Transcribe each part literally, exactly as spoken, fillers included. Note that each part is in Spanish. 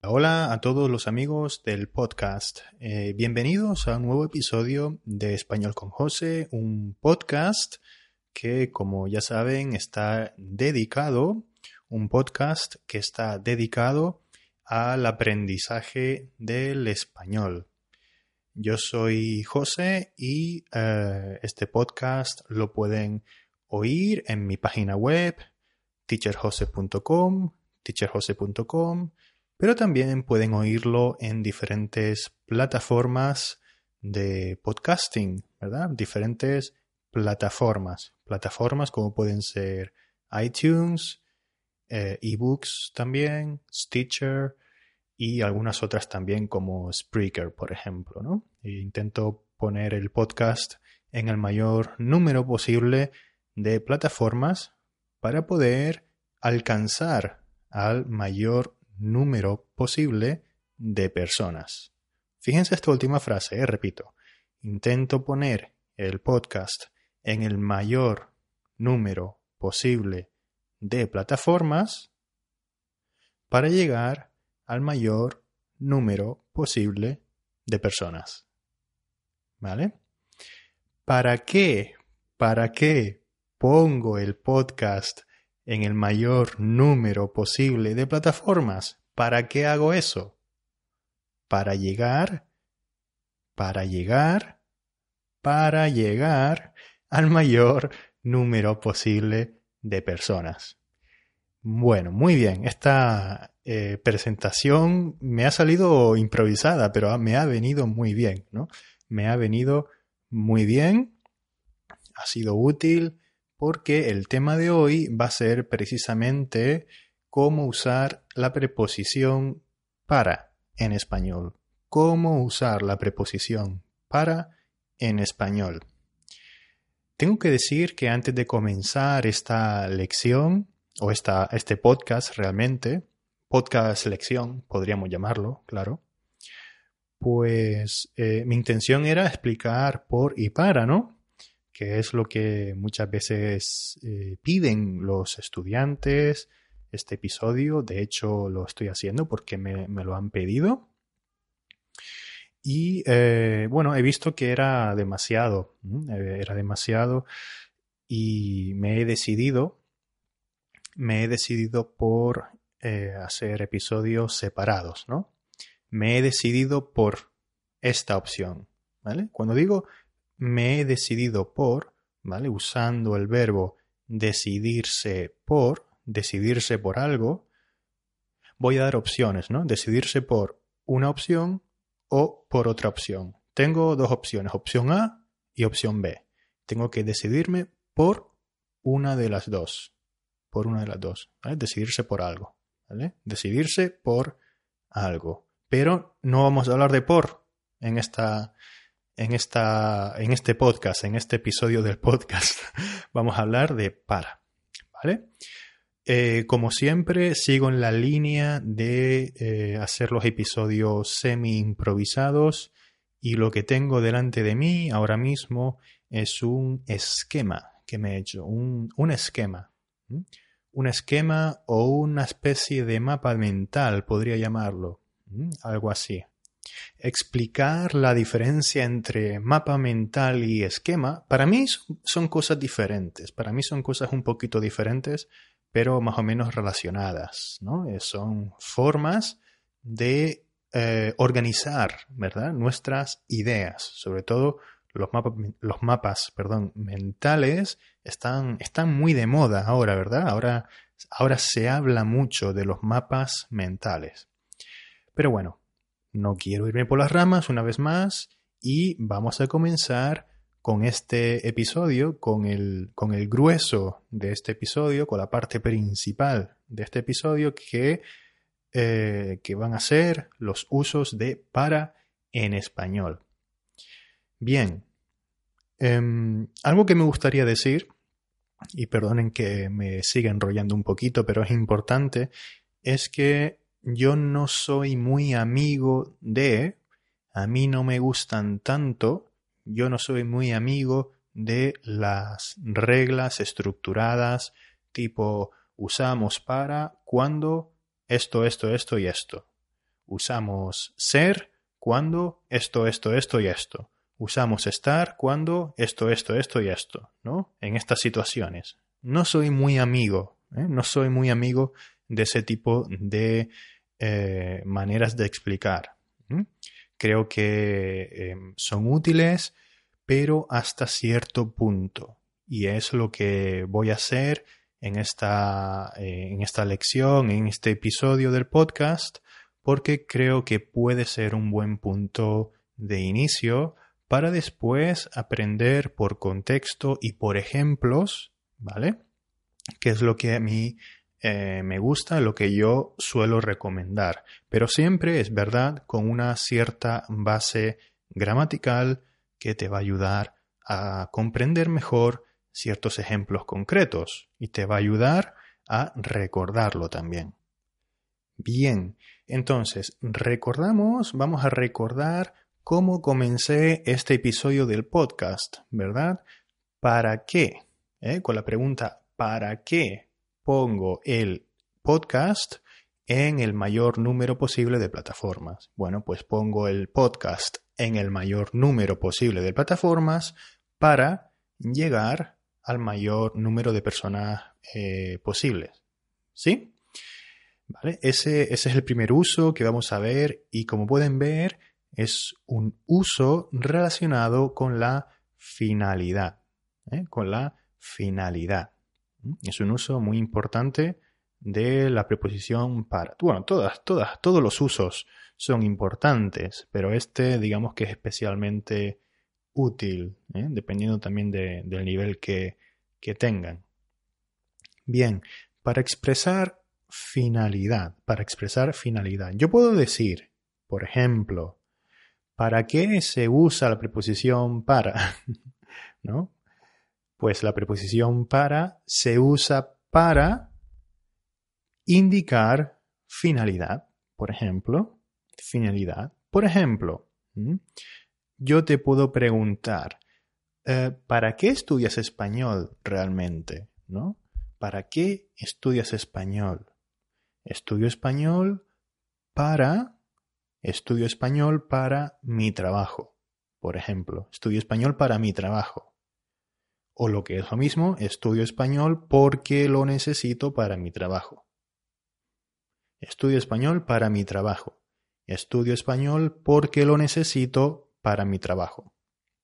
Hola a todos los amigos del podcast. Eh, bienvenidos a un nuevo episodio de Español con José, un podcast que, como ya saben, está dedicado, un podcast que está dedicado al aprendizaje del español. Yo soy José y eh, este podcast lo pueden oír en mi página web, teacher jose punto com, teacher jose punto com, pero también pueden oírlo en diferentes plataformas de podcasting, ¿verdad? Diferentes plataformas. Plataformas como pueden ser iTunes, eh, eBooks también, Stitcher y algunas otras también como Spreaker, por ejemplo, ¿no? E intento poner el podcast en el mayor número posible de plataformas para poder alcanzar al mayor número posible de personas. Fíjense esta última frase, eh, repito. Intento poner el podcast en el mayor número posible de plataformas para llegar al mayor número posible de personas. ¿Vale? ¿Para qué? ¿Para qué pongo el podcast en el mayor número posible de plataformas? ¿Para qué hago eso? Para llegar, para llegar, para llegar al mayor número posible de personas. Bueno, muy bien. Esta eh, presentación me ha salido improvisada, pero me ha venido muy bien, ¿no? Me ha venido muy bien. Ha sido útil porque el tema de hoy va a ser precisamente cómo usar la preposición para en español. Cómo usar la preposición para en español. Tengo que decir que antes de comenzar esta lección, o esta, este podcast realmente, podcast lección, podríamos llamarlo, claro, pues eh, mi intención era explicar por y para, ¿no? Que es lo que muchas veces eh, piden los estudiantes, este episodio. De hecho, lo estoy haciendo porque me, me lo han pedido. Y eh, bueno, he visto que era demasiado, ¿eh? Era demasiado y me he decidido, me he decidido por eh, hacer episodios separados, ¿no? Me he decidido por esta opción, ¿vale? Cuando digo me he decidido por, ¿vale? Usando el verbo decidirse por, decidirse por algo, voy a dar opciones, ¿no? Decidirse por una opción o por otra opción. Tengo dos opciones, opción A y opción B. Tengo que decidirme por una de las dos. Por una de las dos, ¿vale? Decidirse por algo, ¿vale? Decidirse por algo. Pero no vamos a hablar de por en esta... En, esta, en este podcast, en este episodio del podcast, vamos a hablar de para, ¿vale? Eh, como siempre, sigo en la línea de eh, hacer los episodios semi-improvisados y lo que tengo delante de mí ahora mismo es un esquema que me he hecho, un, un esquema, ¿sí? Un esquema o una especie de mapa mental, podría llamarlo, ¿sí? Algo así. Explicar la diferencia entre mapa mental y esquema, para mí son cosas diferentes, para mí son cosas un poquito diferentes, pero más o menos relacionadas, ¿no? Son formas de eh, organizar, ¿verdad? Nuestras ideas, sobre todo los mapas, los mapas, perdón, mentales están, están muy de moda ahora, ¿verdad? Ahora, ahora se habla mucho de los mapas mentales. Pero bueno, no quiero irme por las ramas una vez más y vamos a comenzar con este episodio, con el, con el grueso de este episodio, con la parte principal de este episodio que, eh, que van a ser los usos de para en español. Bien, eh, algo que me gustaría decir, y perdonen que me siga enrollando un poquito, pero es importante, es que yo no soy muy amigo de, a mí no me gustan tanto, yo no soy muy amigo de las reglas estructuradas tipo usamos para, cuando, esto, esto, esto y esto. Usamos ser cuando esto, esto, esto y esto. Usamos estar cuando esto, esto, esto y esto, ¿no? En estas situaciones. No soy muy amigo, ¿eh? No soy muy amigo de ese tipo de eh, maneras de explicar. ¿Mm? Creo que eh, son útiles, pero hasta cierto punto. Y es lo que voy a hacer en esta, eh, en esta lección, en este episodio del podcast, porque creo que puede ser un buen punto de inicio para después aprender por contexto y por ejemplos, ¿vale? Que es lo que a mí eh, me gusta, lo que yo suelo recomendar. Pero siempre es verdad con una cierta base gramatical que te va a ayudar a comprender mejor ciertos ejemplos concretos y te va a ayudar a recordarlo también. Bien, entonces recordamos, vamos a recordar cómo comencé este episodio del podcast, ¿verdad? ¿Para qué? ¿Eh? Con la pregunta ¿para qué pongo el podcast en el mayor número posible de plataformas? Bueno, pues pongo el podcast en el mayor número posible de plataformas para llegar al mayor número de personas eh, posibles. ¿Sí? ¿Vale? Ese, ese es el primer uso que vamos a ver y como pueden ver es un uso relacionado con la finalidad. ¿eh? Con la finalidad. Es un uso muy importante de la preposición para. Bueno, todas, todas, todos los usos son importantes, pero este digamos que es especialmente útil, ¿eh? dependiendo también de, del nivel que, que tengan. Bien, para expresar finalidad, para expresar finalidad, yo puedo decir, por ejemplo, ¿para qué se usa la preposición para? ¿No? Pues la preposición para se usa para indicar finalidad. Por ejemplo, finalidad. Por ejemplo, yo te puedo preguntar, eh, ¿para qué estudias español realmente? ¿No? ¿Para qué estudias español? Estudio español para... Estudio español para mi trabajo. Por ejemplo, estudio español para mi trabajo. O lo que es lo mismo, estudio español porque lo necesito para mi trabajo. Estudio español para mi trabajo. Estudio español porque lo necesito para mi trabajo.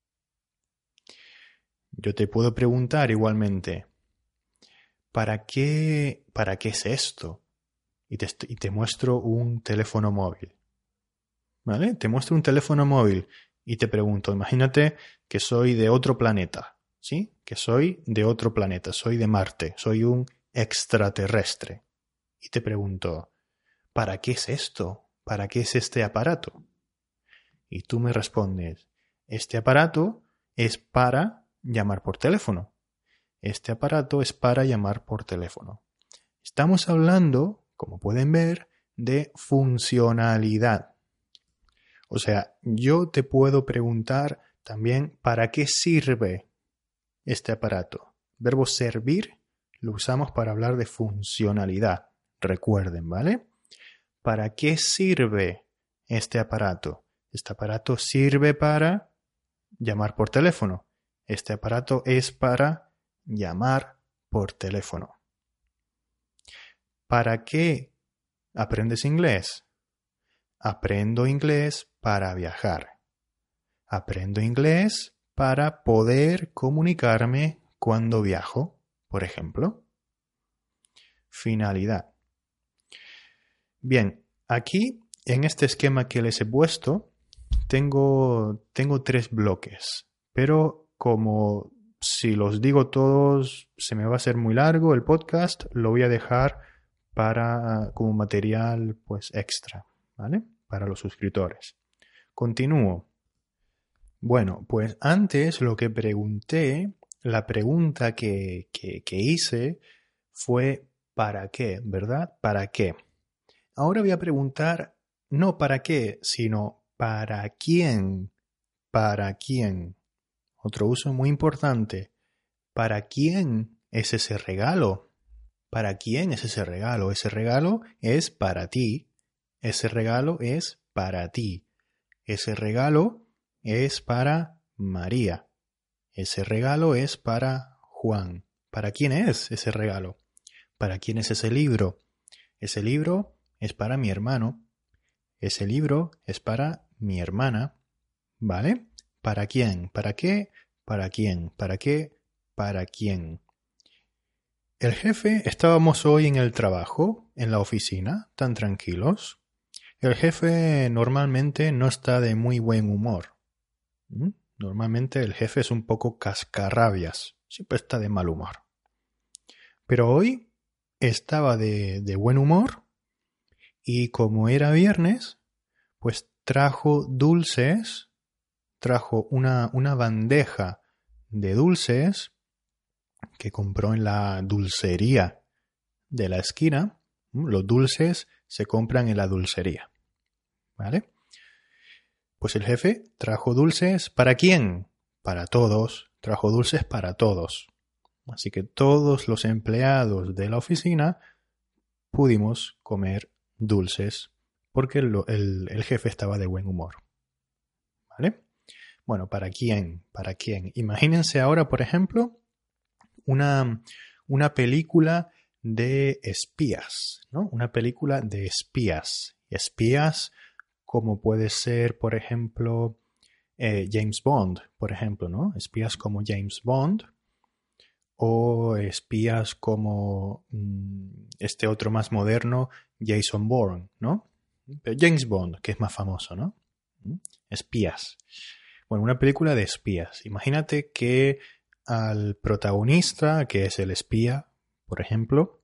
Yo te puedo preguntar igualmente, ¿para qué, para qué es esto? Y te, y te muestro un teléfono móvil. ¿Vale? Te muestro un teléfono móvil y te pregunto, imagínate que soy de otro planeta, ¿sí? Que soy de otro planeta, soy de Marte, soy un extraterrestre. Y te pregunto, ¿para qué es esto? ¿Para qué es este aparato? Y tú me respondes, este aparato es para llamar por teléfono. Este aparato es para llamar por teléfono. Estamos hablando, como pueden ver, de funcionalidad. O sea, yo te puedo preguntar también ¿para qué sirve este aparato? El verbo servir lo usamos para hablar de funcionalidad. Recuerden, ¿vale? ¿Para qué sirve este aparato? Este aparato sirve para llamar por teléfono. Este aparato es para llamar por teléfono. ¿Para qué aprendes inglés? Aprendo inglés para viajar. Aprendo inglés para poder comunicarme cuando viajo, por ejemplo. Finalidad. Bien, aquí en este esquema que les he puesto tengo, tengo tres bloques, pero como si los digo todos se me va a hacer muy largo el podcast, lo voy a dejar para como material pues extra. ¿Vale? Para los suscriptores. Continúo. Bueno, pues antes lo que pregunté, la pregunta que, que, que hice fue ¿para qué? ¿Verdad? ¿Para qué? Ahora voy a preguntar no para qué, sino ¿para quién? ¿Para quién? Otro uso muy importante. ¿Para quién es ese regalo? ¿Para quién es ese regalo? Ese regalo es para ti. ese regalo es para ti. Ese regalo es para María. Ese regalo es para Juan. ¿Para quién es ese regalo? ¿Para quién es ese libro? Ese libro es para mi hermano. Ese libro es para mi hermana. ¿Vale? ¿Para quién? ¿Para qué? ¿Para quién? ¿Para qué? ¿Para quién? El jefe, estábamos hoy en el trabajo, en la oficina, tan tranquilos. El jefe normalmente no está de muy buen humor. ¿Mm? Normalmente el jefe es un poco cascarrabias, siempre está de mal humor. Pero hoy estaba de, de buen humor y como era viernes, pues trajo dulces, trajo una, una bandeja de dulces que compró en la dulcería de la esquina. Los dulces se compran en la dulcería, ¿vale? Pues el jefe trajo dulces, ¿para quién? Para todos, trajo dulces para todos. Así que todos los empleados de la oficina pudimos comer dulces porque el, el, el jefe estaba de buen humor, ¿vale? Bueno, ¿para quién? ¿Para quién? Imagínense ahora, por ejemplo, una, una película de espías, ¿no? Una película de espías. Espías como puede ser, por ejemplo, eh, James Bond, por ejemplo, ¿no? Espías como James Bond o espías como mmm, este otro más moderno, Jason Bourne, ¿no? Pero James Bond, que es más famoso, ¿no? Espías. Bueno, una película de espías. Imagínate que al protagonista, que es el espía, por ejemplo,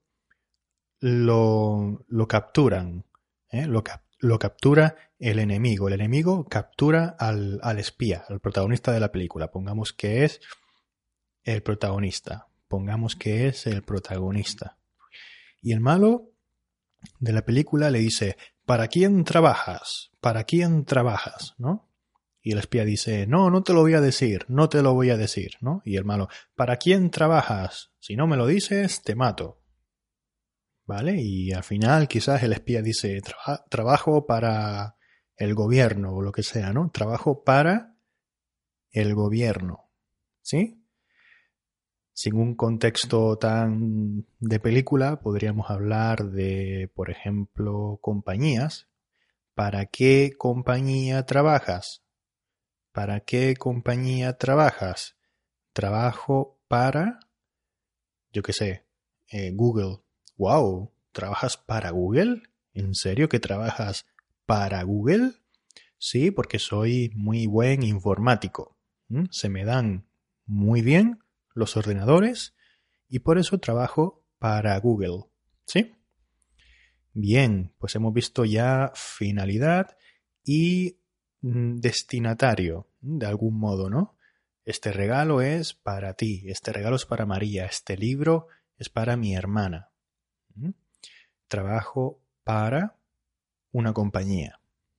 lo, lo capturan, ¿eh? Lo, cap lo captura el enemigo. El enemigo captura al, al espía, al protagonista de la película. Pongamos que es el protagonista. Pongamos que es el protagonista. Y el malo de la película le dice, ¿para quién trabajas? ¿Para quién trabajas? ¿No? Y el espía dice, no, no te lo voy a decir, no te lo voy a decir, ¿no? Y el malo, ¿para quién trabajas? Si no me lo dices, te mato. ¿Vale? Y al final quizás el espía dice, Tra- trabajo para el gobierno o lo que sea, ¿no? Trabajo para el gobierno, ¿sí? Sin un contexto tan de película, podríamos hablar de, por ejemplo, compañías. ¿Para qué compañía trabajas? ¿Para qué compañía trabajas? Trabajo para, yo qué sé, eh, Google. ¡Wow! ¿Trabajas para Google? ¿En serio que trabajas para Google? Sí, porque soy muy buen informático. ¿Mm? Se me dan muy bien los ordenadores y por eso trabajo para Google. ¿Sí? Bien, pues hemos visto ya finalidad y mm, destinatario, de algún modo, ¿no? Este regalo es para ti, este regalo es para María, este libro es para mi hermana. ¿Mm? Trabajo para una compañía.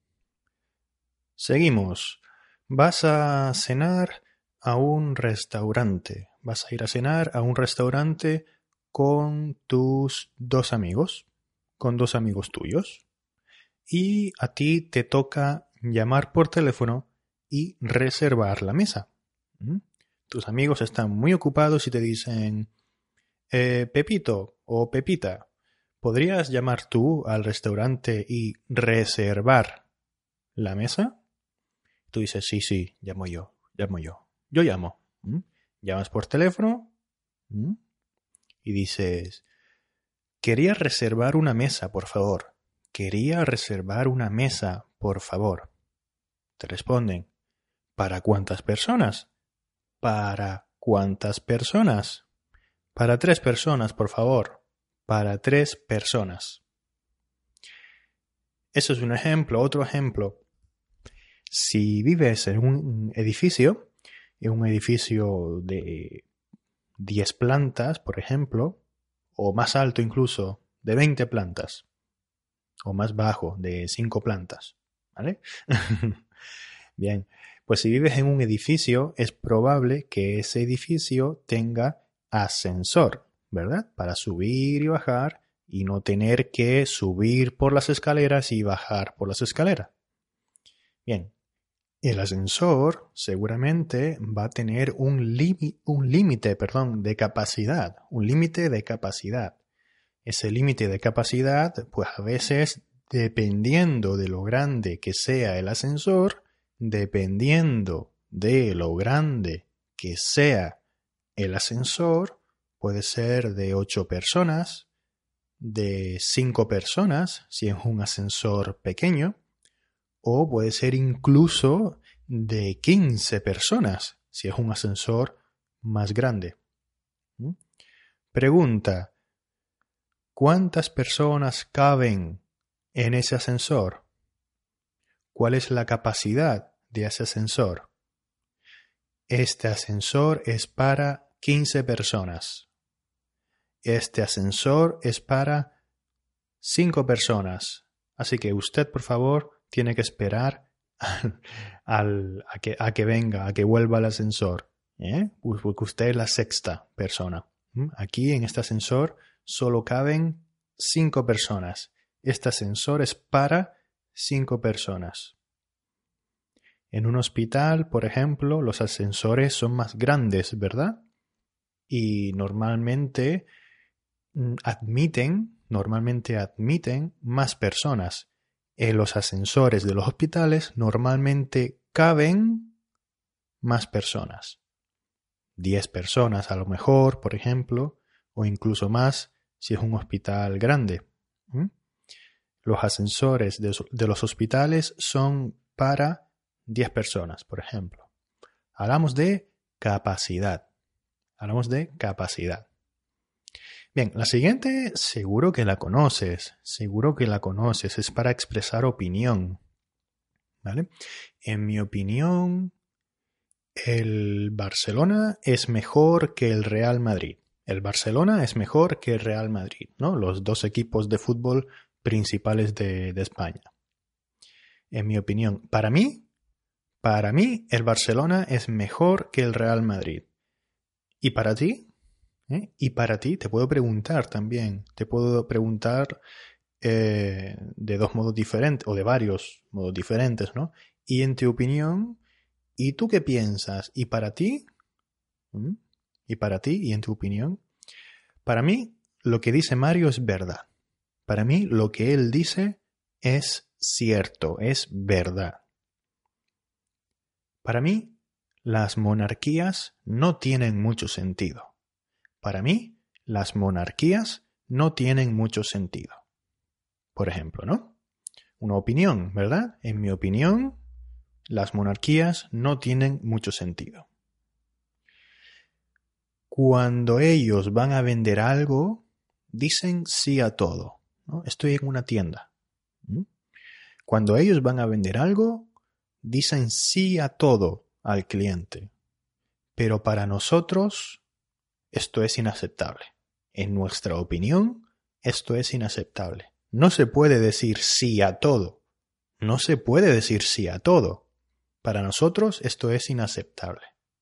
Seguimos. Vas a cenar a un restaurante. Vas a ir a cenar a un restaurante con tus dos amigos, con dos amigos tuyos. Y a ti te toca llamar por teléfono y reservar la mesa. ¿Mm? Tus amigos están muy ocupados y te dicen, eh, Pepito o Pepita, ¿podrías llamar tú al restaurante y reservar la mesa? Tú dices, sí, sí, llamo yo, llamo yo. Yo llamo. ¿Mm? Llamas por teléfono. ¿Mm? Y dices, quería reservar una mesa, por favor. Quería reservar una mesa, por favor. Te responden, ¿para cuántas personas? ¿Para cuántas personas? Para tres personas, por favor. Para tres personas. Eso es un ejemplo. Otro ejemplo. Si vives en un edificio, en un edificio de diez plantas, por ejemplo, o más alto incluso, de veinte plantas, o más bajo, de cinco plantas, ¿vale? Bien, pues si vives en un edificio, es probable que ese edificio tenga ascensor, ¿verdad? Para subir y bajar y no tener que subir por las escaleras y bajar por las escaleras. Bien, el ascensor seguramente va a tener un límite, un límite, perdón, de capacidad, un límite de capacidad. Ese límite de capacidad, pues a veces, dependiendo de lo grande que sea el ascensor, dependiendo de lo grande que sea el ascensor, puede ser de ocho personas, de cinco personas, si es un ascensor pequeño, o puede ser incluso de quince personas, si es un ascensor más grande. ¿Mm? Pregunta: ¿cuántas personas caben en ese ascensor? ¿Cuál es la capacidad de ese ascensor? Este ascensor es para quince personas. Este ascensor es para cinco personas. Así que usted, por favor, tiene que esperar al, al, a, que, a que venga, a que vuelva el ascensor. ¿eh? Porque usted es la sexta persona. ¿Mm? Aquí en este ascensor solo caben cinco personas. Este ascensor es para cinco personas. En un hospital, por ejemplo, los ascensores son más grandes, ¿verdad? Y normalmente admiten, normalmente admiten más personas. En los ascensores de los hospitales normalmente caben más personas. Diez personas a lo mejor, por ejemplo, o incluso más si es un hospital grande. ¿Mm? Los ascensores de, de los hospitales son para diez personas, por ejemplo. Hablamos de capacidad. Hablamos de capacidad. Bien, la siguiente seguro que la conoces, seguro que la conoces, es para expresar opinión, ¿vale? En mi opinión, el Barcelona es mejor que el Real Madrid. El Barcelona es mejor que el Real Madrid, ¿no? Los dos equipos de fútbol principales de, de España. En mi opinión, para mí, para mí el Barcelona es mejor que el Real Madrid. ¿Y para ti? ¿Eh? Y para ti te puedo preguntar también, te puedo preguntar eh, de dos modos diferentes, o de varios modos diferentes, ¿no? Y en tu opinión, ¿y tú qué piensas? ¿Y para ti? ¿Mm? ¿Y para ti? ¿Y en tu opinión? Para mí, lo que dice Mario es verdad. Para mí, lo que él dice es cierto, es verdad. Para mí, las monarquías no tienen mucho sentido. Para mí, las monarquías no tienen mucho sentido. Por ejemplo, ¿no? Una opinión, ¿verdad? En mi opinión, las monarquías no tienen mucho sentido. Cuando ellos van a vender algo, dicen sí a todo, ¿no? Estoy en una tienda. ¿Mm? Cuando ellos van a vender algo, dicen sí a todo al cliente. Pero para nosotros, esto es inaceptable. En nuestra opinión, esto es inaceptable. No se puede decir sí a todo. No se puede decir sí a todo. Para nosotros, esto es inaceptable.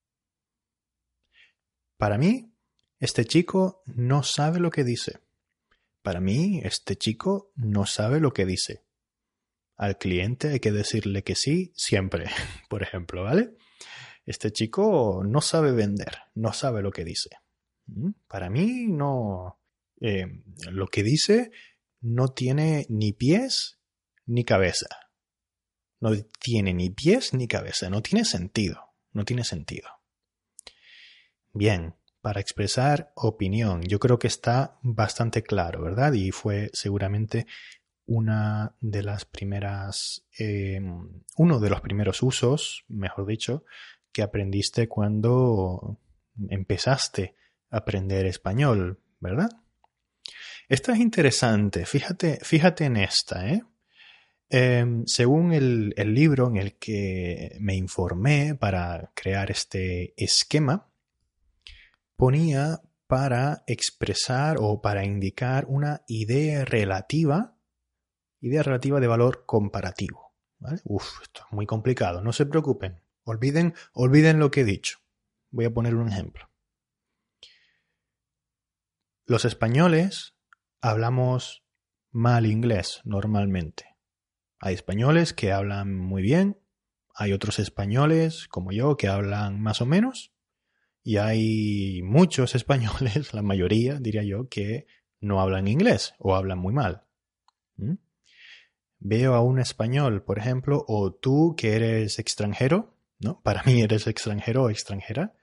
Para mí, este chico no sabe lo que dice. Para mí, este chico no sabe lo que dice. Al cliente hay que decirle que sí siempre, por ejemplo, ¿vale? Este chico no sabe vender, no sabe lo que dice. Para mí, no. Eh, lo que dice no tiene ni pies ni cabeza. No tiene ni pies ni cabeza. No tiene sentido. No tiene sentido. Bien, para expresar opinión, yo creo que está bastante claro, ¿verdad? Y fue seguramente una de las primeras, eh, uno de los primeros usos, mejor dicho, que aprendiste cuando empezaste a aprender español, ¿verdad? Esta es interesante, fíjate, fíjate en esta, ¿eh? Eh, según el, el libro en el que me informé para crear este esquema, ponía para expresar o para indicar una idea relativa, idea relativa de valor comparativo, ¿vale? Uf, esto es muy complicado, no se preocupen, olviden, olviden lo que he dicho. Voy a poner un ejemplo. Los españoles hablamos mal inglés normalmente. Hay españoles que hablan muy bien, hay otros españoles como yo que hablan más o menos y hay muchos españoles, la mayoría diría yo, que no hablan inglés o hablan muy mal. ¿Mm? Veo a un español, por ejemplo, o tú que eres extranjero, ¿no? Para mí eres extranjero o extranjera,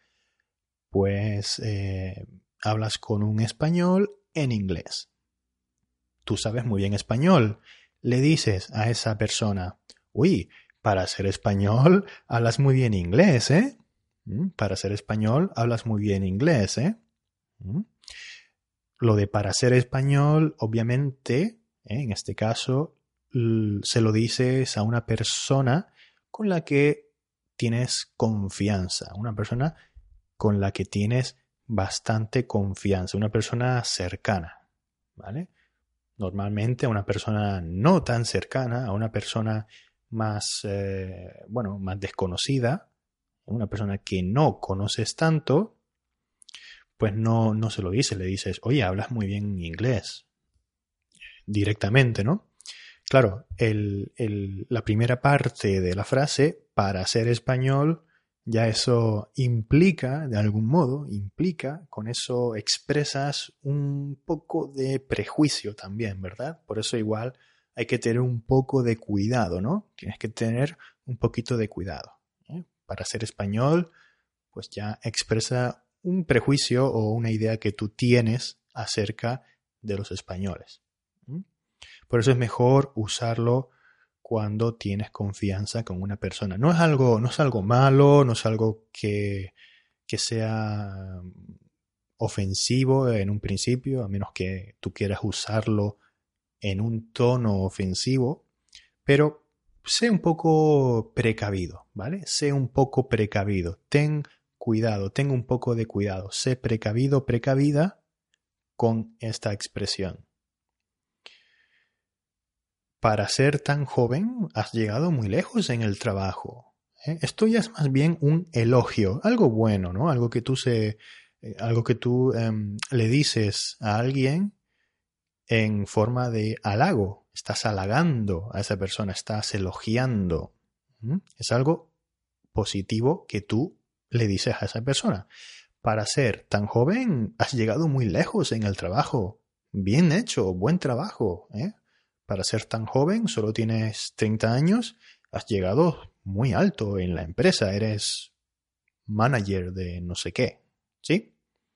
pues eh, hablas con un español en inglés. Tú sabes muy bien español. Le dices a esa persona, uy, para ser español hablas muy bien inglés, ¿eh? ¿Mm? Para ser español hablas muy bien inglés, ¿eh? ¿Mm? Lo de para ser español, obviamente, ¿eh? En este caso, se lo dices a una persona con la que tienes confianza, una persona con la que tienes bastante confianza, una persona cercana, ¿vale? Normalmente a una persona no tan cercana, a una persona más, eh, bueno, más desconocida, una persona que no conoces tanto, pues no, no se lo dices, le dices, oye, hablas muy bien inglés, directamente, ¿no? Claro, el, el, la primera parte de la frase, para ser español, ya eso implica, de algún modo, implica, con eso expresas un poco de prejuicio también, ¿verdad? Por eso igual hay que tener un poco de cuidado, ¿no? Tienes que tener un poquito de cuidado, ¿eh? Para ser español, pues ya expresa un prejuicio o una idea que tú tienes acerca de los españoles. ¿Mm? Por eso es mejor usarlo cuando tienes confianza con una persona. No es algo, no es algo malo, no es algo que, que sea ofensivo en un principio, a menos que tú quieras usarlo en un tono ofensivo, pero sé un poco precavido, ¿vale? Sé un poco precavido. Ten cuidado, ten un poco de cuidado. Sé precavido, precavida con esta expresión. Para ser tan joven, has llegado muy lejos en el trabajo. ¿Eh? Esto ya es más bien un elogio, algo bueno, ¿no? Algo que tú, se, eh, algo que tú eh, le dices a alguien en forma de halago. Estás halagando a esa persona, estás elogiando. ¿Mm? Es algo positivo que tú le dices a esa persona. Para ser tan joven, has llegado muy lejos en el trabajo. Bien hecho, buen trabajo, ¿eh? Para ser tan joven, solo tienes treinta años, has llegado muy alto en la empresa, eres manager de no sé qué, ¿sí?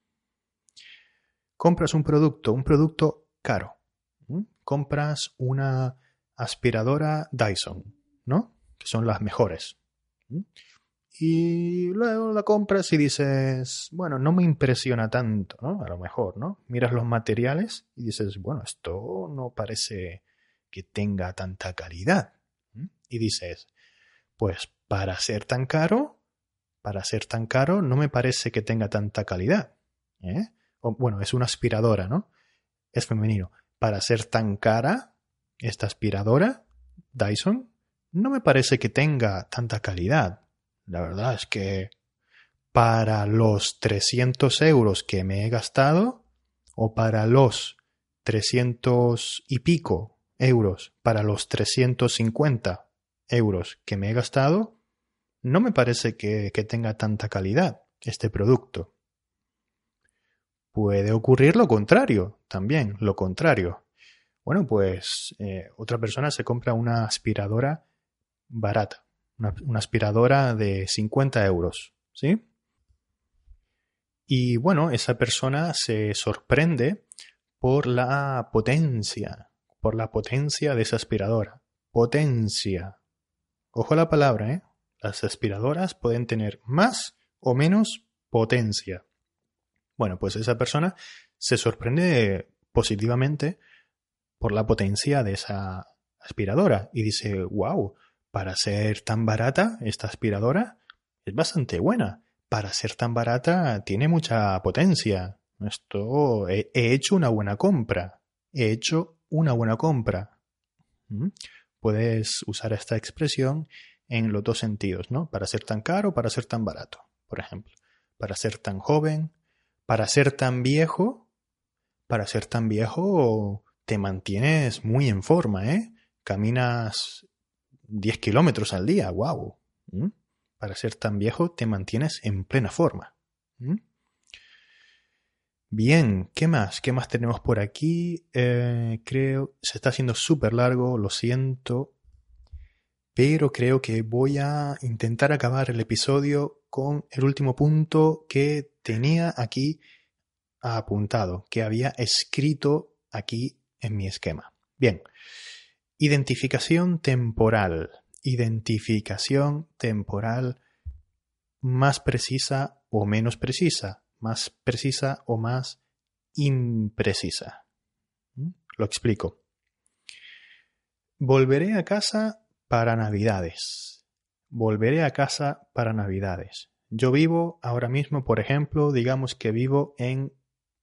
Compras un producto, un producto caro. ¿Mm? Compras una aspiradora Dyson, ¿no? Que son las mejores. ¿Mm? Y luego la compras y dices, bueno, no me impresiona tanto, ¿no? A lo mejor, ¿no? Miras los materiales y dices, bueno, esto no parece que tenga tanta calidad. ¿Mm? Y dices, pues para ser tan caro, para ser tan caro, no me parece que tenga tanta calidad. ¿Eh? O, bueno, es una aspiradora, ¿no? Es femenino. Para ser tan cara, esta aspiradora, Dyson, no me parece que tenga tanta calidad. La verdad es que para los trescientos euros que me he gastado, o para los trescientos y pico euros, para los trescientos cincuenta euros que me he gastado, no me parece que, que tenga tanta calidad este producto. Puede ocurrir lo contrario, también, lo contrario. Bueno, pues eh, otra persona se compra una aspiradora barata, una, una aspiradora de cincuenta euros, ¿sí? Y bueno, esa persona se sorprende por la potencia, por la potencia de esa aspiradora. Potencia. Ojo a la palabra, ¿eh? Las aspiradoras pueden tener más o menos potencia. Bueno, pues esa persona se sorprende positivamente por la potencia de esa aspiradora y dice, wow, para ser tan barata esta aspiradora es bastante buena. Para ser tan barata tiene mucha potencia. Esto he, he hecho una buena compra. He hecho una buena compra. ¿Mm? Puedes usar esta expresión en los dos sentidos, ¿no? Para ser tan caro, para ser tan barato, por ejemplo. Para ser tan joven, para ser tan viejo, para ser tan viejo te mantienes muy en forma, ¿eh? Caminas diez kilómetros al día, wow. ¿Mm? Para ser tan viejo te mantienes en plena forma. ¿Mm? Bien, ¿qué más? ¿Qué más tenemos por aquí? Eh, creo, se está haciendo súper largo, lo siento, pero creo que voy a intentar acabar el episodio con el último punto que tenía aquí apuntado, que había escrito aquí en mi esquema. Bien, identificación temporal. Identificación temporal más precisa o menos precisa, más precisa o más imprecisa. Lo explico. Volveré a casa para Navidades. Volveré a casa para Navidades. Yo vivo ahora mismo, por ejemplo, digamos que vivo en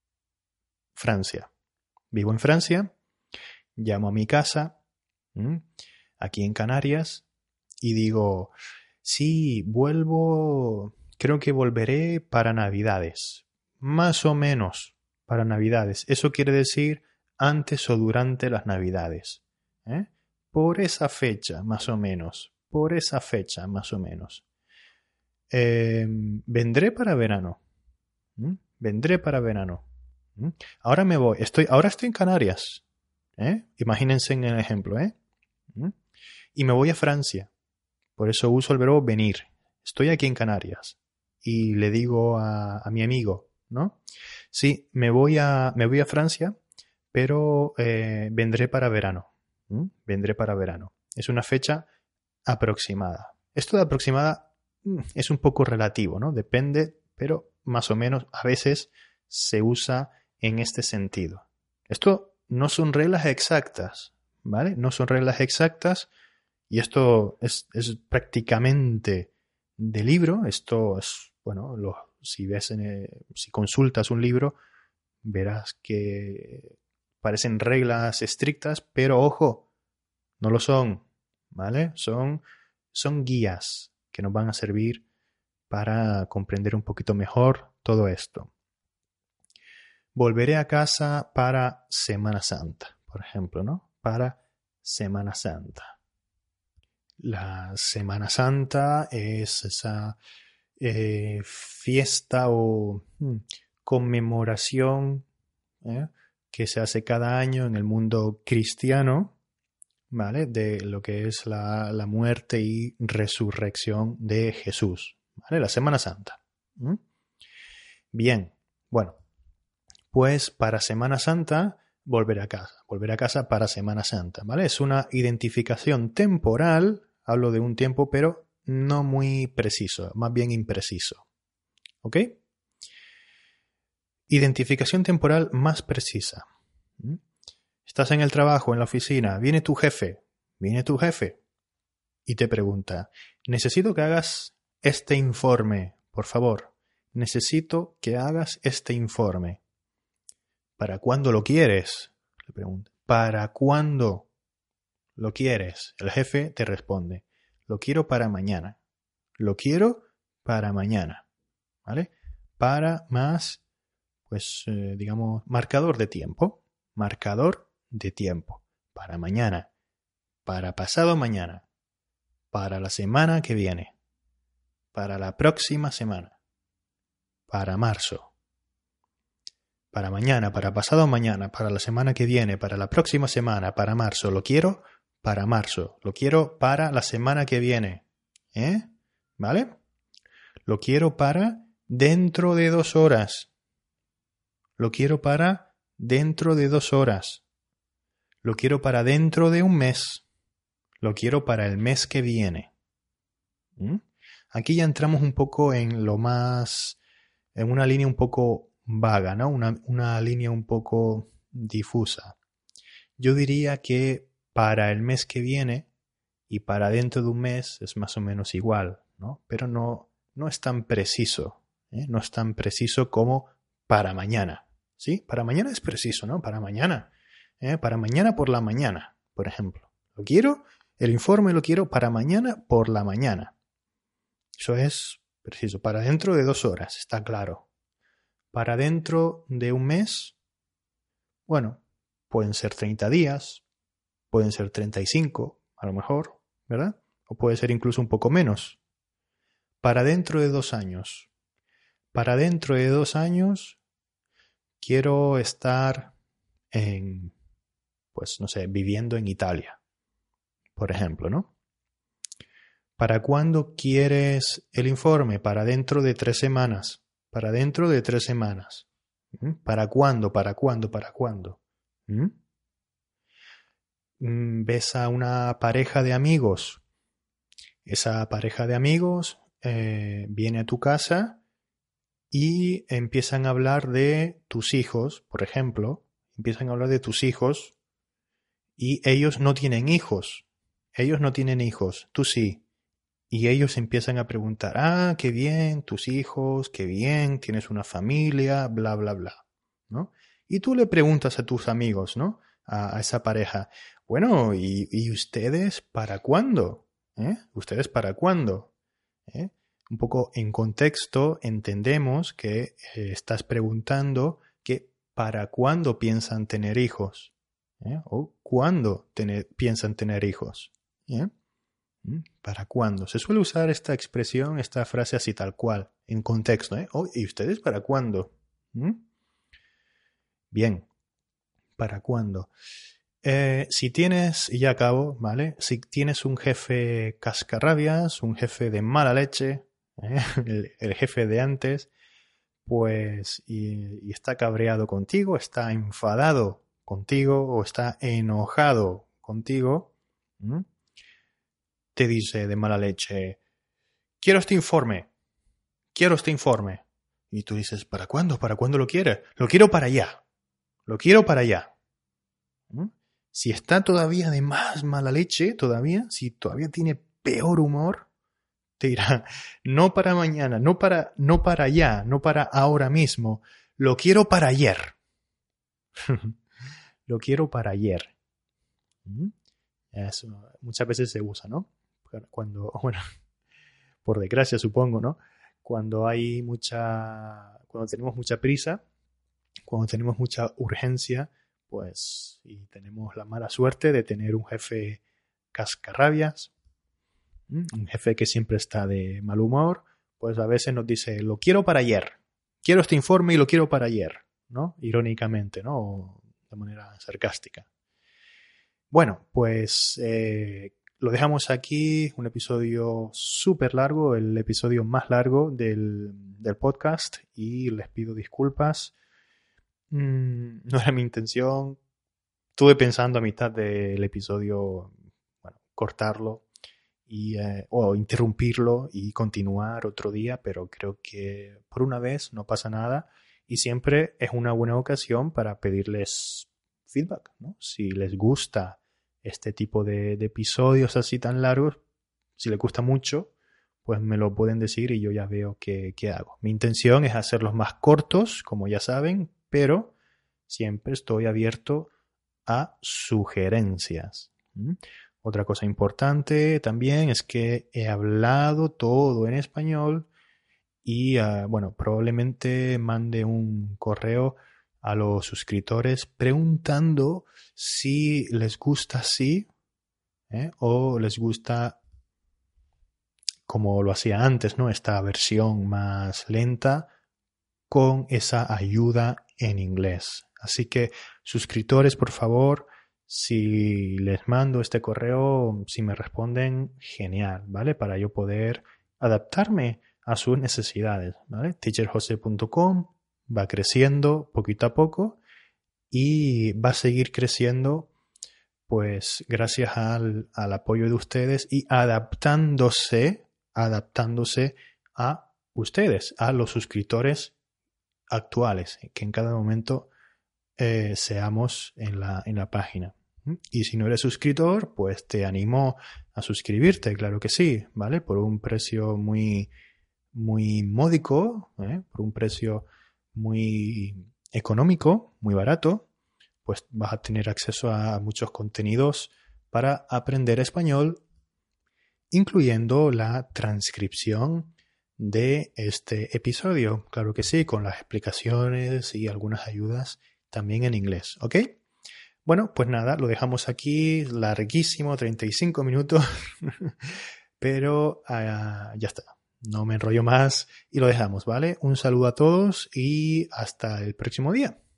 Francia. Vivo en Francia, llamo a mi casa, ¿m? aquí en Canarias, y digo, sí, vuelvo, creo que volveré para Navidades. Más o menos para Navidades. Eso quiere decir antes o durante las Navidades. ¿eh? Por esa fecha, más o menos. Por esa fecha, más o menos. Eh, vendré para verano. ¿Mm? Vendré para verano. ¿Mm? Ahora me voy. Estoy, ahora estoy en Canarias. ¿eh? Imagínense en el ejemplo. ¿eh? ¿Mm? Y me voy a Francia. Por eso uso el verbo venir. Estoy aquí en Canarias. Y le digo a, a mi amigo, ¿no? Sí, me voy a, me voy a Francia, pero eh, vendré para verano. ¿Mm? Vendré para verano. Es una fecha aproximada. Esto de aproximada mm, es un poco relativo, ¿no? Depende, pero más o menos a veces se usa en este sentido. Esto no son reglas exactas, ¿vale? No son reglas exactas y esto es, es prácticamente de libro. Esto es, bueno, lo, si ves, en el, si consultas un libro, verás que parecen reglas estrictas, pero ojo, no lo son, ¿vale? Son, son guías que nos van a servir para comprender un poquito mejor todo esto. Volveré a casa para Semana Santa, por ejemplo, ¿no? Para Semana Santa. La Semana Santa es esa eh, fiesta o hmm, conmemoración ¿eh? que se hace cada año en el mundo cristiano, ¿vale? De lo que es la, la muerte y resurrección de Jesús, ¿vale? La Semana Santa. ¿Mm? Bien, bueno, pues para Semana Santa volver a casa, volver a casa para Semana Santa, ¿vale? Es una identificación temporal, hablo de un tiempo, pero no muy preciso, más bien impreciso, ¿ok? Identificación temporal más precisa. ¿Mm? Estás en el trabajo, en la oficina, viene tu jefe, viene tu jefe y te pregunta, necesito que hagas este informe, por favor, necesito que hagas este informe. ¿Para cuándo lo quieres? Le pregunta. ¿Para cuándo lo quieres? El jefe te responde, lo quiero para mañana. Lo quiero para mañana, ¿vale? Para más, pues, eh, digamos, marcador de tiempo, marcador de tiempo, para mañana, para pasado mañana, para la semana que viene, para la próxima semana, para marzo, para mañana, para pasado mañana, para la semana que viene, para la próxima semana, para marzo, lo quiero para marzo, lo quiero para la semana que viene, ¿eh? ¿Vale? Lo quiero para dentro de dos horas, lo quiero para dentro de dos horas. Lo quiero para dentro de un mes. Lo quiero para el mes que viene. ¿Mm? Aquí ya entramos un poco en lo más... en una línea un poco vaga, ¿no? Una, una línea un poco difusa. Yo diría que para el mes que viene y para dentro de un mes es más o menos igual, ¿no? Pero no, no es tan preciso, ¿eh? No es tan preciso como para mañana. ¿Sí? Para mañana es preciso, ¿no? Para mañana. ¿Eh? Para mañana por la mañana, por ejemplo. Lo quiero, el informe lo quiero para mañana por la mañana. Eso es preciso. Para dentro de dos horas, está claro. Para dentro de un mes, Bueno, pueden ser treinta días, pueden ser treinta y cinco, a lo mejor, ¿verdad? O puede ser incluso un poco menos. Para dentro de dos años. Para dentro de dos años quiero estar en, pues no sé, viviendo en Italia, por ejemplo, ¿no? ¿Para cuándo quieres el informe? Para dentro de tres semanas. Para dentro de tres semanas. ¿Mm? ¿Para cuándo? ¿Para cuándo? ¿Para cuándo? ¿Mm? ¿Ves a una pareja de amigos? Esa pareja de amigos eh, viene a tu casa y empiezan a hablar de tus hijos, por ejemplo. Empiezan a hablar de tus hijos y ellos no tienen hijos. Ellos no tienen hijos, tú sí. Y ellos empiezan a preguntar, ah, qué bien, tus hijos, qué bien, tienes una familia, bla, bla, bla, ¿no? Y tú le preguntas a tus amigos, ¿no? A, a esa pareja, bueno, ¿y, y ustedes para cuándo? ¿Eh? ¿Ustedes para cuándo? ¿Eh? Un poco en contexto entendemos que eh, estás preguntando que para cuándo piensan tener hijos, ¿eh? O cuándo tener, piensan tener hijos, ¿eh? ¿Para cuándo? Se suele usar esta expresión, esta frase así tal cual, en contexto, ¿eh? Oh, ¿y ustedes para cuándo? ¿Mm? Bien, ¿para cuándo? Eh, si tienes, y ya acabo, ¿vale? Si tienes un jefe cascarrabias, un jefe de mala leche, ¿eh? el, el jefe de antes, pues, y, y está cabreado contigo, está enfadado contigo o está enojado contigo, ¿Mm? te dice de mala leche, quiero este informe, quiero este informe. Y tú dices, ¿para cuándo? ¿Para cuándo lo quieres? Lo quiero para allá, lo quiero para allá. ¿Mm? Si está todavía de más mala leche, todavía, si todavía tiene peor humor, te dirá, no para mañana, no para, no para allá, no para ahora mismo, lo quiero para ayer. Lo quiero para ayer. ¿Mm? Eso muchas veces se usa, ¿no? Cuando, bueno, por desgracia supongo, ¿no? Cuando hay mucha, cuando tenemos mucha prisa, cuando tenemos mucha urgencia, pues, y tenemos la mala suerte de tener un jefe cascarrabias, un jefe que siempre está de mal humor, pues a veces nos dice, lo quiero para ayer, quiero este informe y lo quiero para ayer, ¿no? Irónicamente, ¿no? O de manera sarcástica. Bueno, pues eh, lo dejamos aquí, un episodio súper largo, el episodio más largo del, del podcast, y les pido disculpas. Mm, no era mi intención. Estuve pensando a mitad del episodio, bueno, cortarlo y, eh, o interrumpirlo y continuar otro día, pero creo que por una vez no pasa nada y siempre es una buena ocasión para pedirles feedback, ¿no? Si les gusta este tipo de, de episodios así tan largos, si les gusta mucho, pues me lo pueden decir y yo ya veo qué, qué hago. Mi intención es hacerlos más cortos, como ya saben, pero siempre estoy abierto a sugerencias. ¿Mm? Otra cosa importante también es que he hablado todo en español y, uh, bueno, probablemente mande un correo a los suscriptores preguntando si les gusta así, ¿eh? O les gusta como lo hacía antes, ¿no? Esta versión más lenta con esa ayuda en inglés. Así que, suscriptores, por favor, si les mando este correo, si me responden, genial, ¿vale? Para yo poder adaptarme a sus necesidades, ¿vale? teacher jose punto com va creciendo poquito a poco y va a seguir creciendo, pues gracias al, al apoyo de ustedes y adaptándose, adaptándose a ustedes, a los suscriptores actuales, que en cada momento eh, seamos en la, en la página. Y si no eres suscriptor, pues te animo a suscribirte, claro que sí, ¿vale? Por un precio muy, muy módico, ¿eh? Por un precio muy económico, muy barato, pues vas a tener acceso a muchos contenidos para aprender español, incluyendo la transcripción de este episodio. Claro que sí, con las explicaciones y algunas ayudas también en inglés, ¿ok? Bueno, pues nada, lo dejamos aquí, larguísimo, treinta y cinco minutos, pero uh, ya está, no me enrollo más y lo dejamos, ¿vale? Un saludo a todos y hasta el próximo día.